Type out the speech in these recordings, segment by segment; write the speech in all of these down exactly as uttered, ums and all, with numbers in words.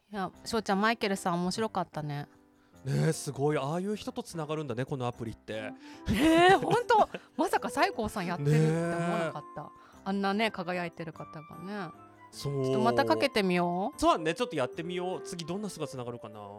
いや、翔ちゃん、マイケルさん面白かったね。 ねえ、すごい、ああいう人とつながるんだね、このアプリって。 ねえ、ほんとまさか西郷さんやってるってね思わなえ、 かった。あんなね輝いてる方がね。ちょっとまたかけそてみよう。そうだね、ちょっとやってみよう。次どんな人がつながるかな。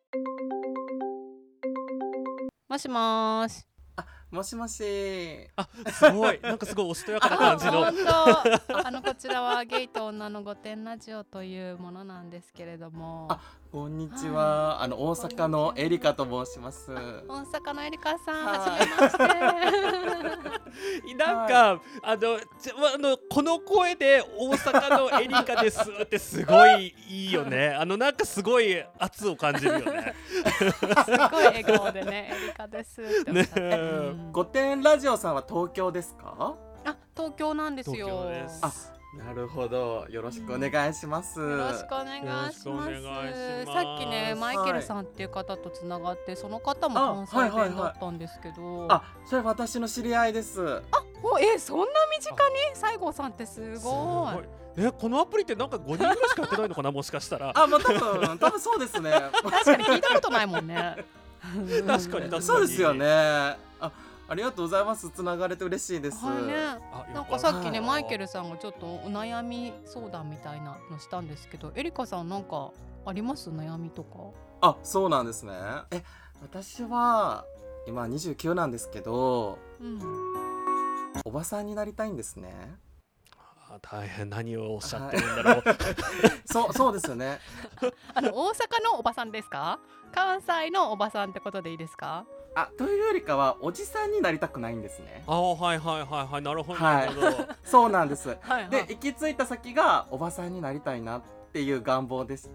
う。もしもーし。 あ、もしもし。 あ、すごい、なんかすごいおしとやかな感じの。 ほんとあのこちらはゲイと女の御殿ラジオというものなんですけれども。 あ、こんにちは。あの大阪のエリカと申します。 大阪のエリカさん、 ははじめまして。 なんか、あのちあのこの声で大阪のエリカですってすごいいいよね。あのなんかすごい圧を感じるよね。 すごい笑顔でね、エリカですっておっしゃって、 ねえ、 うん御殿ラジオさんは東京ですか？ あ、東京なんですよ。 東京です。 あ、なるほど。よろしくお願いします。 よろしくお願いします。 よろしくお願いしますさっきね、マイケルさんっていう方とつながって、その方も関西弁だったんですけど、 あ、それ私の知り合いです。 あ、もうえそんな身近に西郷さんってすごい。 すごいね、このアプリってなんかごにんぐらいしかやってないのかな、もしかしたら。 あ、まあ多分多分そうですね。 確かに聞いたことないもんね。 確かに確かに。 そうですよね。あ、ありがとうございます。つながれて嬉しいです。 はいね。 あ、 なんかさっきね、 はいマイケルさんがちょっとお悩み相談みたいなのしたんですけど、エリカさんなんかあります？悩みとか。 あ、そうなんですね。え、私は今にじゅうきゅうなんですけど、 うん。 おばさんになりたいんですね。 あ、大変、何をおっしゃってるんだろう。 そうそうですよね。 あの大阪のおばさんですか？関西のおばさんってことでいいですか？ あ、というよりかはおじさんになりたくないんですね。 あ、はいはいはいはい、なるほどはないるほど。 そうなんです。 はいはい。 で、行き着いた先がおばさんになりたいなっていう願望でして。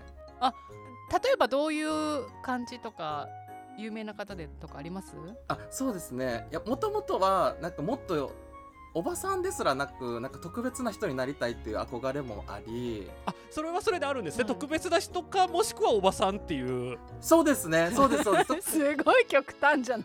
例えばどういう感じとか有名な方でとかあります？ あ、そうですね。いや、もともとはなんかもっとおばさんですらなく、なんか特別な人になりたいっていう憧れもあり。 あ、それはそれであるんですね、 うん特別な人かもしくはおばさんっていう。 そうですね。そうですそうです。 すごい極端じゃない？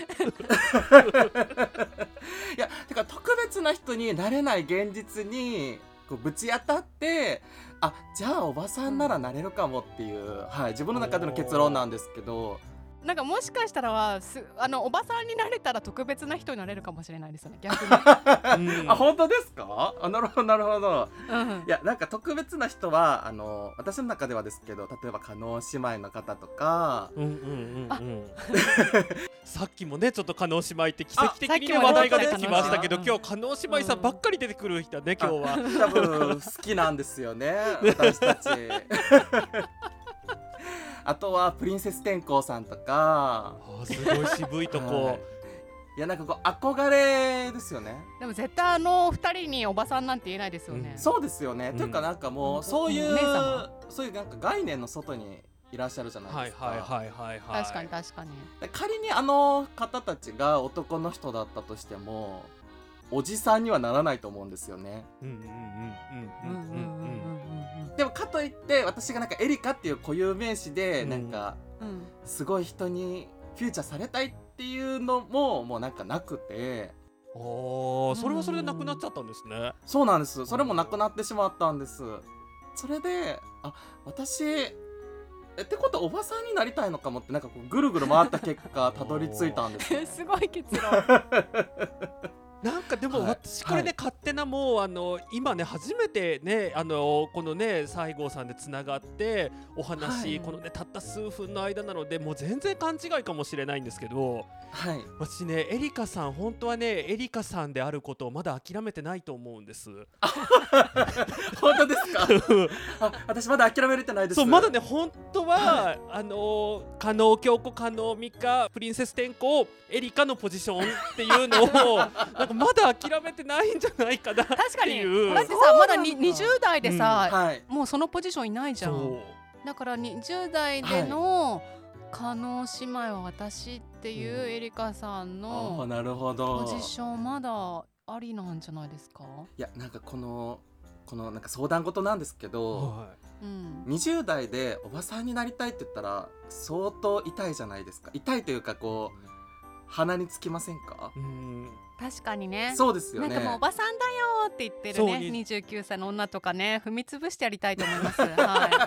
いや、てか特別な人になれない現実にこうぶち当たって、あ、じゃあおばさんならなれるかもっていう、はい、自分の中での結論なんですけど。 なんかもしかしたらはすあのおばさんになれたら特別な人になれるかもしれないですよね、逆に。 うんあ、本当ですか？あ、なるほどなるほど。 うんいや、なんか特別な人はあの私の中ではですけど、例えば叶姉妹の方とか。 うんうんうんあうんさっきもねちょっと叶姉妹って奇跡的にねあさっきも話題が出てきましたけど、 うん今日叶姉妹さんばっかり出てくる人ね、今日は。 多分好きなんですよね、私たち。あとはプリンセス天功さんとか。 あ、すごい渋いとこ。 はい、いや、なんかこう憧れですよね。 でも絶対あの二人におばさんなんて言えないですよね。 うんそうですよね。 うんというかなんかもううんそういう、 お姉様そういうなんか概念の外にいらっしゃるじゃないはいですか。 はいはいはいはい。 確かに確かに。 で仮にあの方たちが男の人だったとしても、おじさんにはならないと思うんですよね。 うんうんうんうんうんうんうんうんうんうんでもかといって私がなんかエリカっていう固有名詞でうんなんかうんうん。 すごい人にフューチャーされたいっていうのももうなんかなくて。 ああ、それはそれでなくなっちゃったんですね。 そうなんです。それもなくなってしまったんです。それで、あ、私えってことはおばさんになりたいのかもってなんかこうぐるぐる回った結果たどり着いたんですね。 すごい結論。 なんかでもはい私これね、 はい勝手なもうあの今ね初めてねあのこのね西郷さんでつながってお話、 はいこのねたった数分の間なのでもう全然勘違いかもしれないんですけど、 はい。 私ねエリカさん本当はねエリカさんであることをまだ諦めてないと思うんです。 本当ですか？あ、私まだ諦めれてないです。 そうまだね本当は、あの加納京子、加納美香、プリンセス天功、エリカのポジションっていうのをなんかまだ諦めてないんじゃないかなっていう。 確かに。だってさそうなんだまだににじゅう代でさ、 はい。 もうそのポジションいないじゃん。 そうだからにじゅう代での加納姉妹は私っていうエリカさんああ、 のなるほど。 ポジションまだありなんじゃないですか？ いや、なんかこのこのなんか相談事なんですけど、 はうん。 にじゅう代でおばさんになりたいって言ったら相当痛いじゃないですか。痛いというかこう鼻につきませんか？ い、うん確かにね。 そうですよね。 なんかもうおばさんだよって言ってるそうねににじゅうきゅうさいの女とかね踏み潰してやりたいと思います。はいや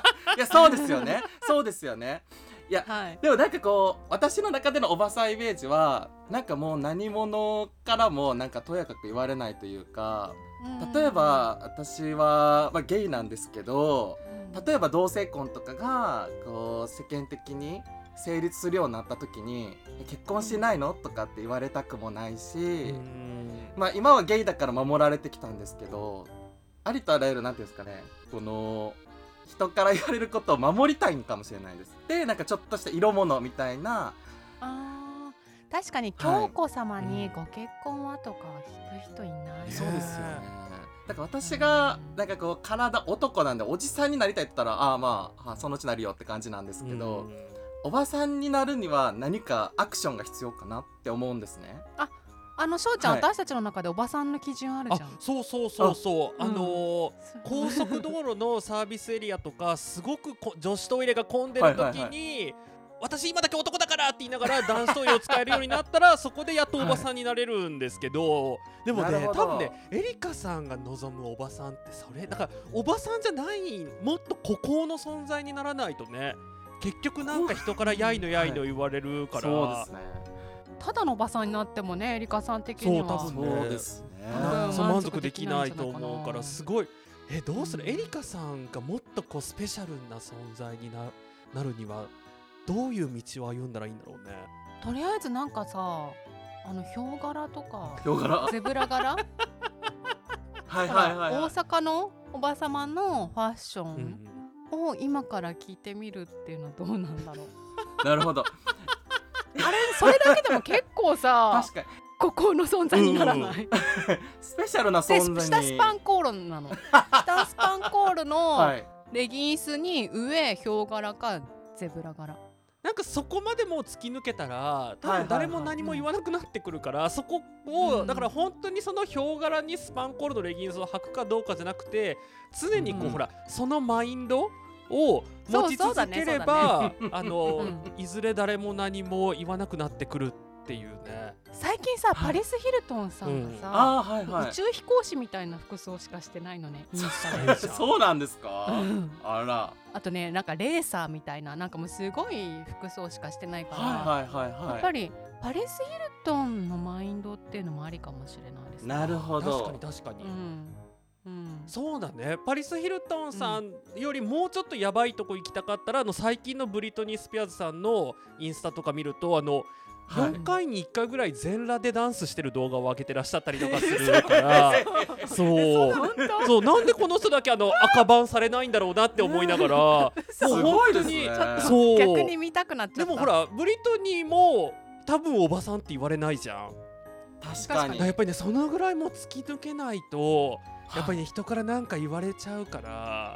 そうですよねそうですよね。いや、 はい、 でもなんかこう私の中でのおばさんイメージはなんかもう何者からもなんかとやかく言われないというか、例えば私は、まあ、ゲイなんですけど、例えば同性婚とかがこう世間的に成立するようになった時に結婚しないのとかって言われたくもないし、まあ今はゲイだから守られてきたんですけど、ありとあらゆるなんていうんですかね、この人から言われることを守りたいんかもしれないです。でなんかちょっとした色物みたいな。 あー確かに京子様にご結婚はとか聞く人いない、 はい、そうですよね。だから私がなんかこう体男なんでおじさんになりたいって言ったらああまあそのうちなるよって感じなんですけど、おばさんになるには何かアクションが必要かなって思うんですね。 ああの翔ちゃん、 はい、 私たちの中でおばさんの基準あるじゃん。 あそうそうそうそうあ、 うん、 あのー、高速道路のサービスエリアとかすごくこ女子トイレが混んでる時に、はいはいはい、私今だけ男だからって言いながら男子トイレを使えるようになったらそこでやっとおばさんになれるんですけど、はい、でもね多分ねエリカさんが望むおばさんってそれだからおばさんじゃないもっと孤高の存在にならないとね結局なんか人からやいのやいの言われるから、 はい、そうですね。 ただのおばさんになってもねエリカさん的にはそう多分ねそうですねそう満足できないと思うからすごいえどうする、うん、エリカさんがもっとこうスペシャルな存在に な, なるにはどういう道を歩んだらいいんだろうね。 とりあえずなんかさあのヒョウ柄とかヒョウ柄ゼブラ柄はいはいはい、はい、 大阪のおばさまのファッションを今から聞いてみるっていうのはどうなんだろうなるほどあれそれだけでも結構さ確かに孤高の存在にならない、うん、 スペシャルな存在に下スパンコールなの下スパンコールのレギンスに上ヒョウ柄かゼブラ柄なんかそこまでもう突き抜けたら多分誰も何も言わなくなってくるから、はいはいはい、そこを、うん、だから本当にそのヒョウ柄にスパンコールのレギンスを履くかどうかじゃなくて常にこう、うん、ほらそのマインドを持ち続ければ、ねね、あの、うん、いずれ誰も何も言わなくなってくるっていうね。 最近さ、はい、パリス・ヒルトンさんがさ、うんあはいはい、宇宙飛行士みたいな服装しかしてないのね。 そうなんですか、うん、あらあとねなんかレーサーみたいななんかもうすごい服装しかしてないから、 はいはいはいはい、 やっぱりパリス・ヒルトンのマインドっていうのもありかもしれないですね。 なるほど確かに確かに、 うんうん、 そうだねパリス・ヒルトンさんよりもうちょっとやばいとこ行きたかったら、うん、あの最近のブリトニー・スピアーズさんのインスタとか見るとあのよんかいにいっかいぐらい全裸でダンスしてる動画を上げてらっしゃったりとかするからそうそうなんでこの人だけあの赤バンされないんだろうなって思いながらすごいですね。 そう逆に見たくなっちゃった。 でもほらブリトニーも多分おばさんって言われないじゃん。 確かにやっぱりねそのぐらいも突き抜けないとやっぱりね人から何か言われちゃうから。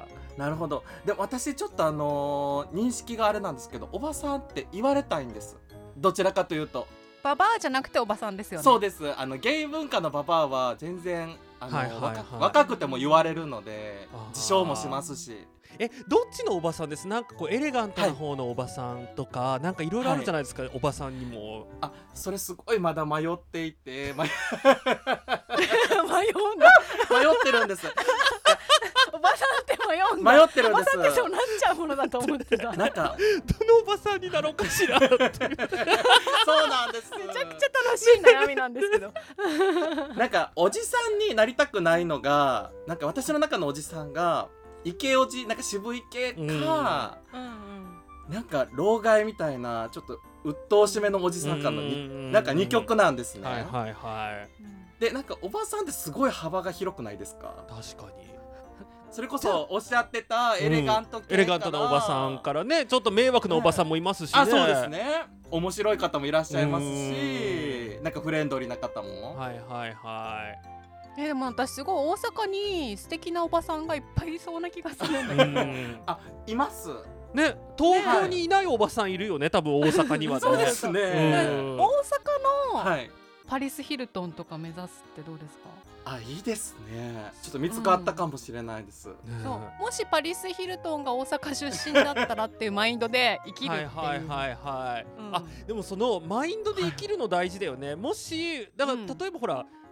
なるほど。でも私ちょっとあのー、認識があれなんですけどおばさんって言われたいんです。どちらかというとババアじゃなくておばさんですよね。 そうですあのゲイ文化のババアは全然あの、はいはいはい、若, 若くても言われるので自称もしますし。 えどっちのおばさんですなんかこうエレガントな方のおばさんとか、はい、なんかいろいろあるじゃないですか、はい、おばさんにも。 あそれすごいまだ迷っていて迷, 迷うんだ迷ってるんですおばさんって迷うんだ迷ってるんです。 おばさんってそうなっちゃうものだと思ってたなんかどのおばさんになろうかしらってそうなんですめちゃくちゃ楽しい悩みなんですけどなんかおじさんになりたくないのがなんか私の中のおじさんがイケオジなんか渋い系か、うんうんうん、なんか老害みたいなちょっと鬱陶しめのおじさんかのになんか二極なんですね。 はいはいはい。 でなんかおばさんってすごい幅が広くないですか。 確かに。 それこそおっしゃってたエレガント系から、うん、 エレガントなおばさんからねちょっと迷惑なおばさんもいますしね、 あそうですね面白い方もいらっしゃいますしなんかフレンドリーな方もはいはいはいえー、でも私すごい大阪に素敵なおばさんがいっぱいいそうな気がするんだけどあいますね東京にいないおばさんいるよね、多分大阪にはねそうですね、うん、 大阪の、 はいパリス・ヒルトンとか目指すってどうですか。 あいいですねちょっと見つかったかもしれないです、うんね、そうもしパリス・ヒルトンが大阪出身だったらっていうマインドで生きるっていうはいはいはいはい、うん、あでもそのマインドで生きるの大事だよね、はい、もしだから例えばほら、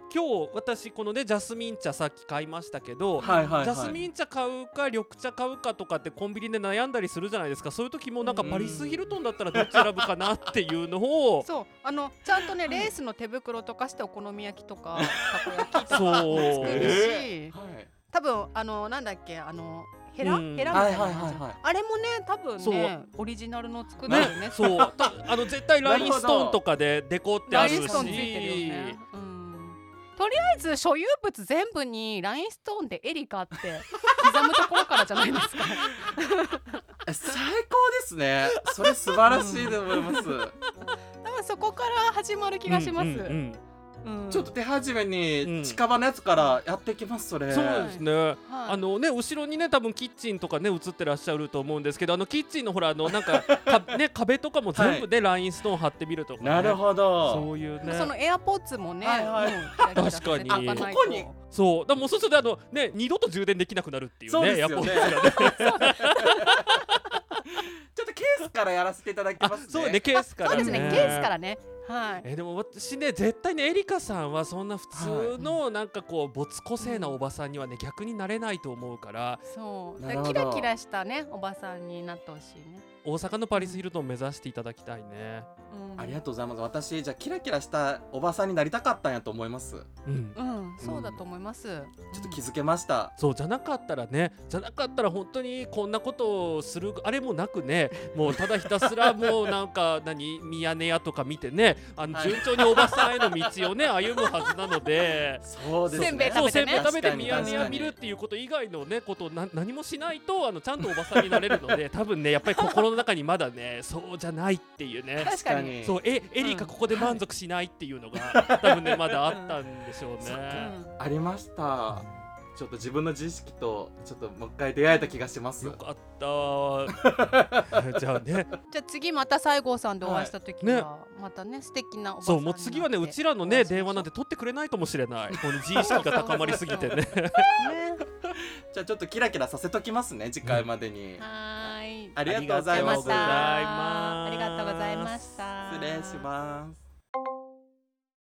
今日私このねジャスミン茶さっき買いましたけど、 はいはいはい、 ジャスミン茶買うか緑茶買うかとかってコンビニで悩んだりするじゃないですか。そういう時もなんかパリス・ヒルトンだったらどっち選ぶかなっていうのをそうあのちゃんとねレースの手袋とかしてお好み焼きとかたこ焼きとかそう作るし、 はい多分あのなんだっけあのヘラ、 うんヘラみたいなはいはい感じ、 はいはいあれもね多分そうねオリジナルの作ってるねね、そうたあの絶対ラインストーンとかでデコってあラるしインストーンついてるよね、うん、とりあえず所有物全部にラインストーンでエリカって刻むところからじゃないですかえ最高ですね。それ素晴らしいと思います、 多分そこから始まる気がします、 うんうんうんうんちょっと手始めうんに近場のやつからやっていきますそれ。 そうですね、 はいあのね後ろにね多分キッチンとかね映ってらっしゃると思うんですけど、あのキッチンのほらあのなんかか、ね、壁とかも全部でラインストーン貼ってみるとか、ね、 なるほど。 そういうねそのエアポッツもね、 はいはいもうキラキラさせて確かにおかないとあここにそうだからもうそうするとあのね二度と充電できなくなるっていうねそうですよねエアポッツがねちょっとケースからやらせていただきますね。 あそうねケースからねそうですねケースからねはいえでも私ね絶対ねエリカさんはそんな普通のなんかこう没個性なおばさんにはね逆になれないと思うから、 そうなるほどキラキラしたねおばさんになってほしいね、 大阪のパリス・ヒルトンを目指していただきたいね。 うん、 ありがとうございます。私じゃあキラキラしたおばさんになりたかったんやと思います。 うんうんそうだと思います、 ちょっと気づけました。 そうじゃなかったらねじゃなかったら本当にこんなことをするあれもなくねもうただひたすらもうなんか何ミヤネ屋とか見てねあのはい順調におばさんへの道をね歩むはずなのでそうですね。 せんべいそう食べてねせんべい食べて確かにミヤネ屋見るっていうこと以外のねことをな何もしないとあのちゃんとおばさんになれるので多分ねやっぱり心の中にまだねそうじゃないっていうね確かにそうえエリカここで満足しないっていうのが多分ねまだあったんでしょううね。 んありました。ちょっと自分の自意識とちょっともう一回出会えた気がします。 よかったじゃあねじゃあ次また西郷さんでお会いした時はいねはまたね素敵なおばさんそうになってもう次はねうちらのね電話なんて取ってくれないかもしれないこの自意識が高まりすぎてねねじゃあちょっとキラキラさせときますね次回までに。 はーいありがとうございました。 ありがとうございますありがとうございました失礼します。